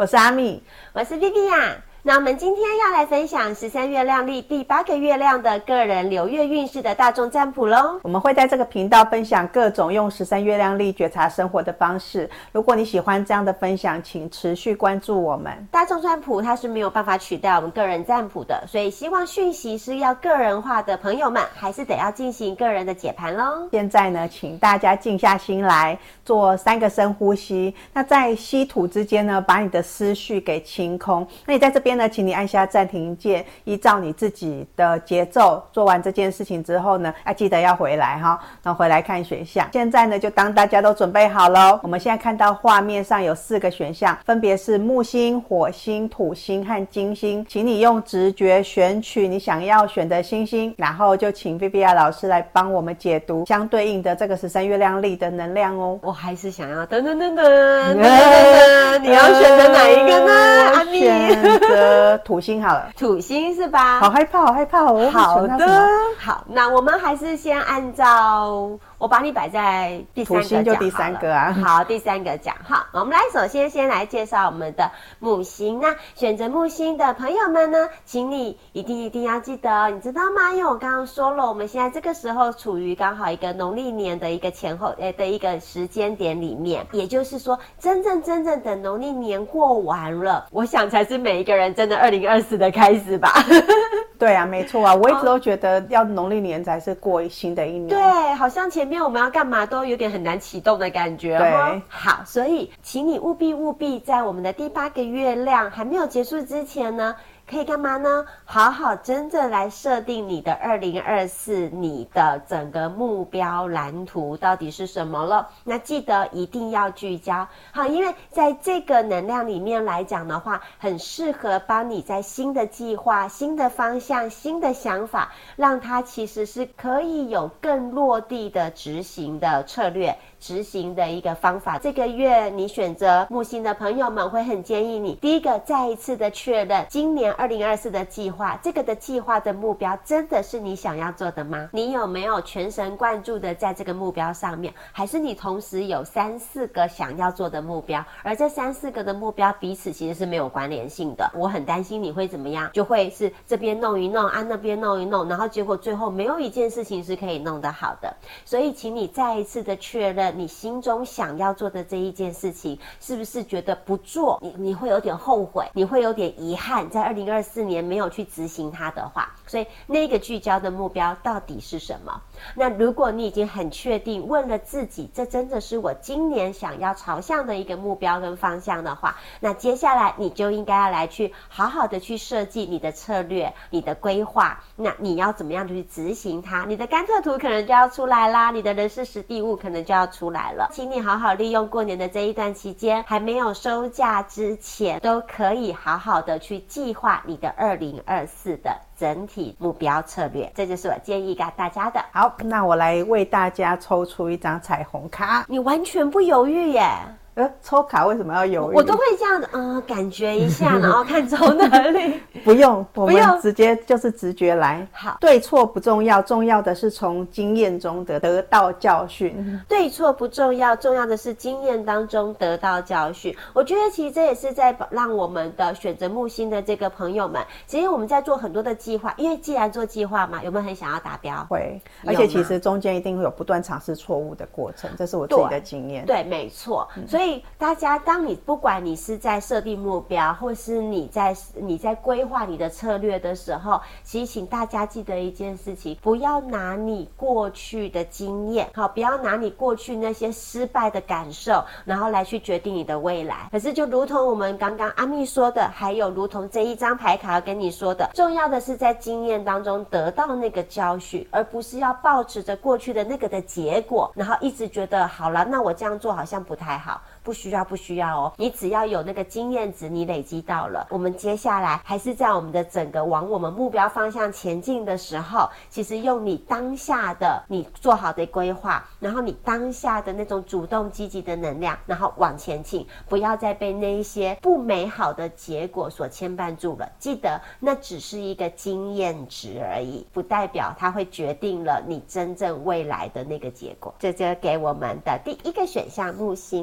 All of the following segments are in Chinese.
我是阿蜜， 我是 Vivian。那我们今天要来分享13月亮历第8个月亮的个人流月运势的大众占卜咯。 我们会在这个频道分享各种用13月亮历觉察生活的方式。如果你喜欢这样的分享，请持续关注我们。 大众占卜它是没有办法取代我们个人占卜的，所以希望讯息是要个人化的朋友们，还是得要进行个人的解盘咯。 现在呢，请大家静下心来，做3个深呼吸。那在吸吐之间呢，把你的思绪给清空。那你在这边呢，请你按下暂停键，依照你自己的节奏做完这件事情之后呢，记得要回来哈，然后回来看选项。现在呢，就当大家都准备好咯。我们现在看到画面上有4个选项，分别是木星、火星、土星和金星。请你用直觉选取你想要选的星星，然后就请 Vivian 老师来帮我们解读相对应的这个13月亮历的能量哦。 我还是想要噔噔噔噔，你要选择哪一个呢？阿蜜选择土星好了。 土星是吧？ 好害怕，好害怕哦。 好的，好，那我们还是先按照我把你摆在第3个讲好了。土星就第3个啊。 好，第3个讲。好，我们来首先来介绍我们的木星。那选择木星的朋友们呢，请你一定要记得，你知道吗？因为我刚刚说了，我们现在这个时候处于刚好一个农历年的一个前后的一个时间点里面，也就是说，真正的农历年过完了，我想才是每一个人真的2024的开始吧。 对啊，没错啊，我一直都觉得要农历年才是过新的一年。 对，好像前面我们要干嘛都有点很难启动的感觉。 对， 好，所以请你务必在我们的第8个月亮还没有结束之前呢，可以干嘛呢？好好真正来设定你的2024，你的整个目标蓝图到底是什么了。那记得一定要聚焦。好，因为在这个能量里面来讲的话，很适合帮你在新的计划、新的方向、新的想法，让它其实是可以有更落地的执行的策略，执行的一个方法。这个月你选择木星的朋友们会很建议你，第一个再一次的确认今年2024的计划，这个的计划的目标真的是你想要做的吗？你有没有全神贯注的在这个目标上面，还是你同时有3、4个想要做的目标，而这3、4个的目标彼此其实是没有关联性的。我很担心你会怎么样，就会是这边弄一弄啊，那边弄一弄，然后结果最后没有一件事情是可以弄得好的。所以请你再一次的确认你心中想要做的这一件事情，是不是觉得不做你会有点后悔，你会有点遗憾，在2024年没有去执行它的话，所以那个聚焦的目标到底是什么？那如果你已经很确定问了自己，这真的是我今年想要朝向的一个目标跟方向的话，那接下来你就应该要来去好好的去设计你的策略、你的规划，那你要怎么样去执行它？你的甘特图可能就要出来啦，你的人事实地物可能就要出来了。请你好好利用过年的这一段期间，还没有收假之前，都可以好好的去计划你的2024的整体目标策略，这就是我建议给大家的。 好，那我来为大家抽出一张彩虹卡。 你完全不犹豫耶。 抽卡为什么要犹豫？ 我都会这样的，感觉一下，然后看抽哪里。 不用，我们直接就是直觉来。 好， 对错不重要，重要的是从经验中得到教训。 对错不重要，重要的是经验当中得到教训。我觉得其实这也是在让我们的选择木星的这个朋友们，其实我们在做很多的计划，因为既然做计划嘛，有没有很想要达标？ 会，而且其实中间一定会有不断尝试错误的过程，这是我自己的经验。 对，没错。所以大家，当你不管你是在设定目标，或是你在规划你的策略的时候，其实请大家记得一件事情，不要拿你过去的经验，好，不要拿你过去那些失败的感受，然后来去决定你的未来。可是就如同我们刚刚阿蜜说的，还有如同这一张牌卡要跟你说的，重要的是在经验当中得到那个教训，而不是要抱持着过去的那个的结果，然后一直觉得好了，那我这样做好像不太好。不需要哦，你只要有那个经验值你累积到了，我们接下来还是在我们的整个往我们目标方向前进的时候，其实用你当下的你做好的规划，然后你当下的那种主动积极的能量，然后往前进，不要再被那一些不美好的结果所牵绊住了。记得那只是一个经验值而已，不代表它会决定了你真正未来的那个结果。这就给我们的第一个选项木星的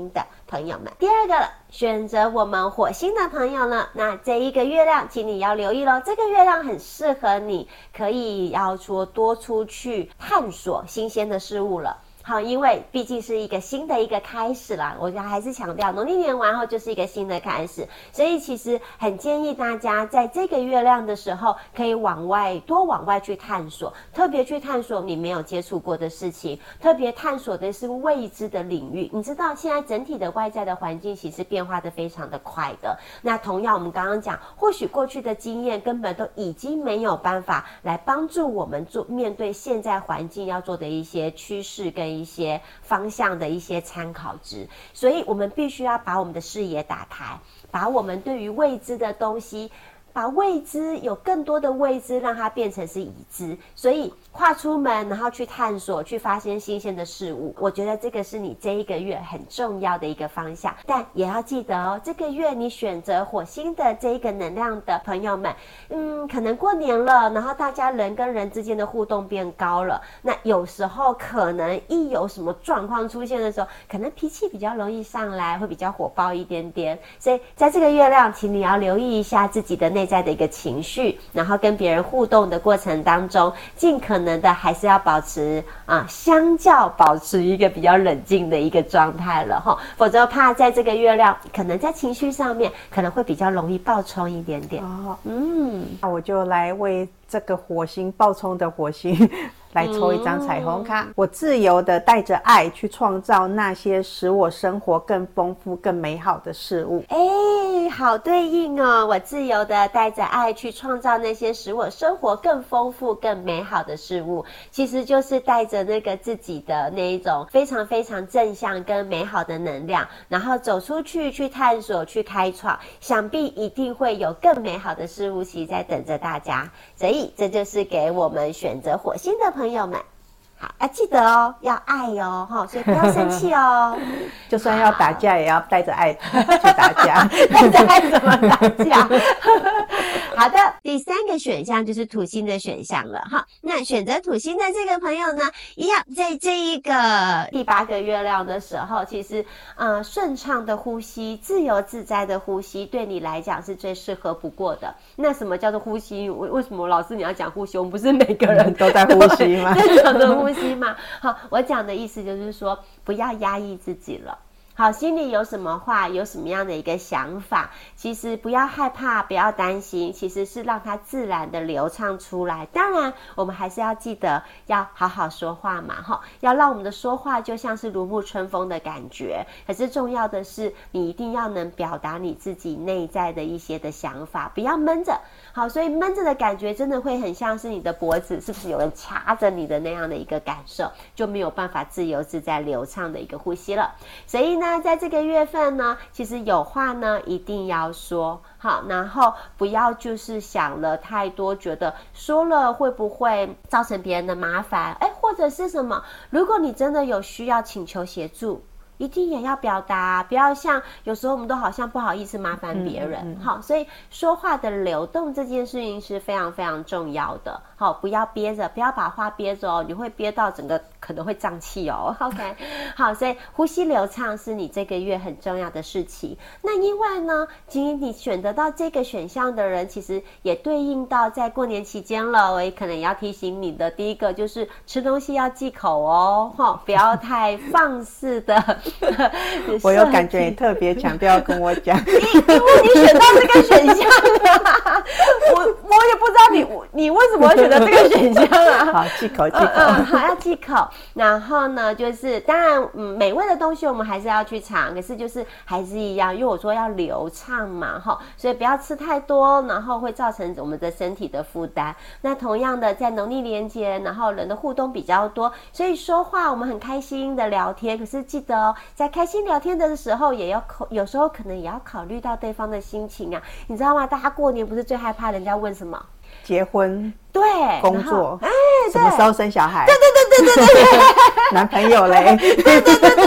朋友们。第二个了，选择我们火星的朋友呢，那这一个月亮请你要留意咯，这个月亮很适合你，可以要说多出去探索新鲜的事物了。好，因为毕竟是一个新的一个开始啦，我还是强调农历年完后就是一个新的开始，所以其实很建议大家在这个月亮的时候可以多往外去探索，特别去探索你没有接触过的事情，特别探索的是未知的领域。你知道现在整体的外在的环境其实变化的非常的快的，那同样我们刚刚讲，或许过去的经验根本都已经没有办法来帮助我们面对现在环境要做的一些趋势跟一些方向的一些参考值，所以我们必须要把我们的视野打开，把我们对于未知的东西，把未知有更多的未知让它变成是已知，所以跨出门然后去探索，去发现新鲜的事物，我觉得这个是你这一个月很重要的一个方向。但也要记得哦，这个月你选择火星的这一个能量的朋友们，可能过年了，然后大家人跟人之间的互动变高了，那有时候可能一有什么状况出现的时候，可能脾气比较容易上来，会比较火爆一点点，所以在这个月亮请你要留意一下自己的内在的一个情绪，然后跟别人互动的过程当中，尽可能的还是要保持相较保持一个比较冷静的一个状态了齁，否则怕在这个月亮可能在情绪上面可能会比较容易爆冲一点点。 那我就来为这个火星爆冲的火星来抽一张彩虹卡。我自由的带着爱去创造那些使我生活更丰富更美好的事物。 好对应哦，我自由的带着爱去创造那些使我生活更丰富更美好的事物，其实就是带着那个自己的那一种非常非常正向跟美好的能量，然后走出去去探索去开创，想必一定会有更美好的事物其实在等着大家。所以这就是给我们选择火星的朋友们，好，要记得哦，要爱哦，所以不要生气哦。 就算要打架，也要带着爱去打架。 带着爱怎么打架？好的，第三个选项就是土星的选项了哈。那选择土星的这个朋友呢，一样在这一个第8个月亮的时候，其实顺畅的呼吸、自由自在的呼吸，对你来讲是最适合不过的。那什么叫做呼吸？为什么老师你要讲呼吸？我们不是每个人都在呼吸吗？ 正常的呼吸吗？好，我讲的意思就是说，不要压抑自己了。好，心里有什么话，有什么样的一个想法，其实不要害怕，不要担心，其实是让它自然的流畅出来。当然我们还是要记得要好好说话嘛，要让我们的说话就像是如沐春风的感觉。可是重要的是你一定要能表达你自己内在的一些的想法，不要闷着。好，所以闷着的感觉真的会很像是你的脖子是不是有人掐着你的那样的一个感受，就没有办法自由自在流畅的一个呼吸了。所以呢，在这个月份呢，其实有话呢一定要说好，然后不要就是想了太多，觉得说了会不会造成别人的麻烦，或者是什么，如果你真的有需要请求协助，一定也要表达，不要像有时候我们都好像不好意思麻烦别人。好，所以说话的流动这件事情是非常非常重要的。好，不要憋着，不要把话憋着哦，你会憋到整个可能会胀气哦。OK， 好，所以呼吸流畅是你这个月很重要的事情。那另外呢，今天你选择到这个选项的人，其实也对应到在过年期间了，我也可能也要提醒你的，第一个就是吃东西要忌口哦，不要太放肆的。 我有感觉你特别强调跟我讲， 因为你选到这个选项啊，我也不知道你为什么会选择这个选项啊？ 好，忌口，忌口， 好，要忌口。然后呢，就是当然，美味的东西我们还是要去尝，可是就是还是一样，因为我说要流畅嘛，所以不要吃太多，然后会造成我们的身体的负担。那同样的，在农历年节，然后人的互动比较多，所以说话我们很开心的聊天，可是记得哦，在开心聊天的时候，也要有时候可能也要考虑到对方的心情啊，你知道吗？大家过年不是最害怕人家问什么？ 结婚， 对， 工作，什么时候生小孩？ 对， 男朋友嘞？ 对，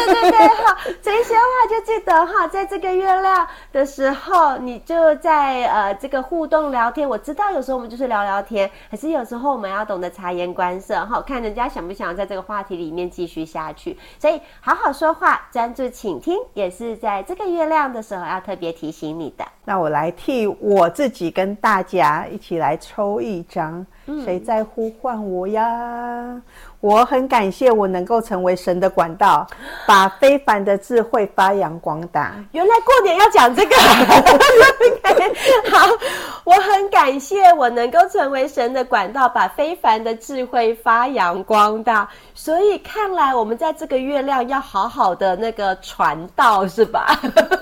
对，好，这些话就记得哈，在这个月亮的时候，你就在这个互动聊天。我知道有时候我们就是聊聊天，可是有时候我们要懂得察言观色哈，看人家想不想在这个话题里面继续下去。所以好好说话，专注倾听，也是在这个月亮的时候要特别提醒你的。 那我来替我自己跟大家一起来抽一张，谁在呼唤我呀？我很感谢我能够成为神的管道，把非凡的智慧发扬光大。 原来过年要讲这个好，我很感谢我能够成为神的管道，把非凡的智慧发扬光大。所以看来我们在这个月亮要好好的那个传道，是吧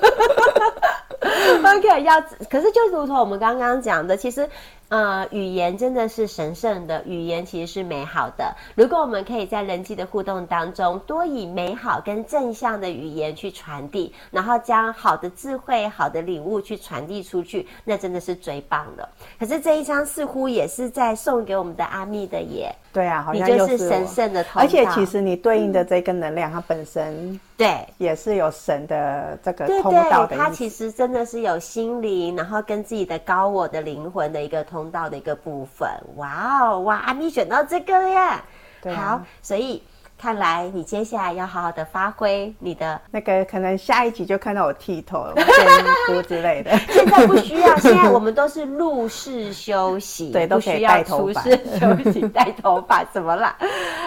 ？OK， 可是就如同我们刚刚讲的，其实语言真的是神圣的，语言其实是美好的。如果我们可以在人际的互动当中多以美好跟正向的语言去传递，然后将好的智慧、好的礼物去传递出去，那真的是最棒的。可是这一张似乎也是在送给我们的阿密的耶。 对啊，好像你就是神圣的通道， 而且其实你对应的这个能量，它本身对也是有神的这个通道的意思。 它其实真的是有心灵，然后跟自己的高我的灵魂的一个通道的一个部分。哇哦，哇，阿密选到这个了呀！ 对啊， 好，所以看来你接下来要好好的发挥你的那个，可能下一集就看到我剃头了、变秃之类的。 现在不需要，现在我们都是入室休息， 对，都可以戴头发， 出室休息戴头发怎么啦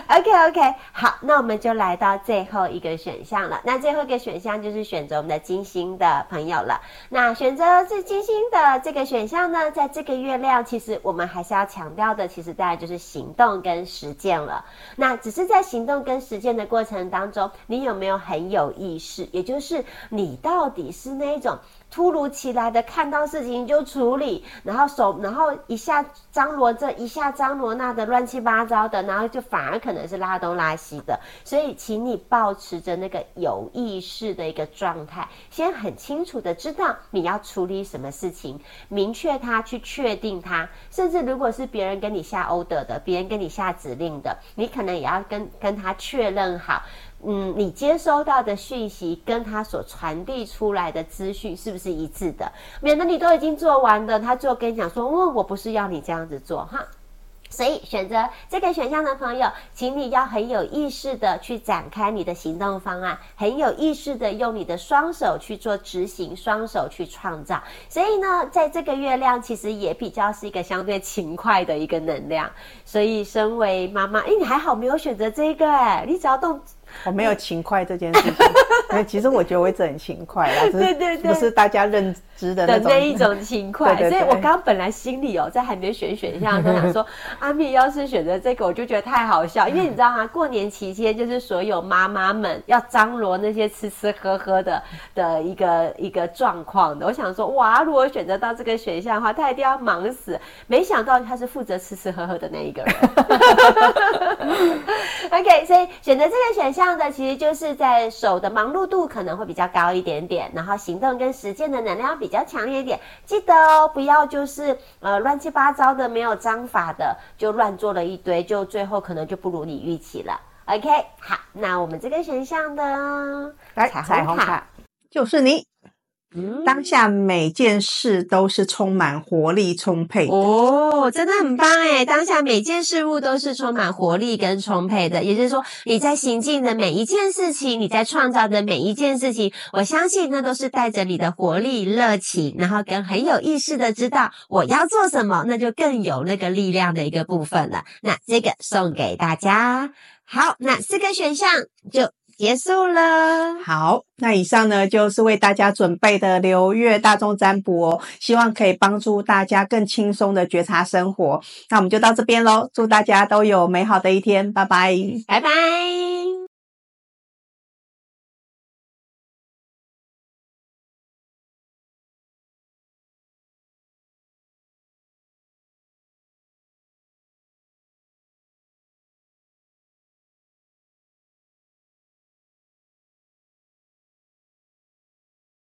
？OK， 好，那我们就来到最后一个选项了。那最后一个选项就是选择我们的金星的朋友了。那选择这金星的这个选项呢，在这个月亮，其实我们还是要强调的，其实当然就是行动跟实践了。那只是在行动跟实践的过程当中，你有没有很有意识？也就是你到底是那种突如其来的看到事情就处理，然后一下张罗这一下张罗那的乱七八糟的，然后就反而可能是拉东拉西的。所以请你保持着那个有意识的一个状态，先很清楚的知道你要处理什么事情，明确它，去确定它。甚至如果是别人跟你下 order 的，别人跟你下指令的，你可能也要跟他确认好，你接收到的讯息跟他所传递出来的资讯是不是一致的，免得你都已经做完了，他最后跟你讲说，我不是要你这样子做哈。所以选择这个选项的朋友，请你要很有意识的去展开你的行动方案，很有意识的用你的双手去做执行，双手去创造。所以呢，在这个月亮其实也比较是一个相对勤快的一个能量。所以身为妈妈，你还好没有选择这个你只要动。 我没有勤快这件事情，因为其实我觉得我一直很勤快啦，对，不是大家认知的那一种勤快。对，所以我刚本来心里在还没选项的时候想说，阿密要是选择这个，我就觉得太好笑，因为你知道吗？过年期间就是所有妈妈们要张罗那些吃吃喝喝的一个状况的。我想说，哇，如果选择到这个选项的话，他一定要忙死。没想到他是负责吃吃喝喝的那一个人。OK， 所以选择这个选项的其实就是在手的忙碌度可能会比较高一点点，然后行动跟实践的能量比较强烈一点。记得不要就是乱七八糟的没有章法的就乱做了一堆，就最后可能就不如你预期了。OK， 好，那我们这个选项的彩虹卡就是你。当下每件事都是充满活力充沛的真的很棒耶！当下每件事物都是充满活力跟充沛的，也就是说你在行进的每一件事情，你在创造的每一件事情，我相信那都是带着你的活力热情，然后跟很有意识的知道我要做什么，那就更有那个力量的一个部分了。那这个送给大家。好，那4个选项就结束了。 好，那以上呢就是为大家准备的流月大众占卜希望可以帮助大家更轻松的觉察生活。那我们就到这边咯，祝大家都有美好的一天，拜拜， 拜拜。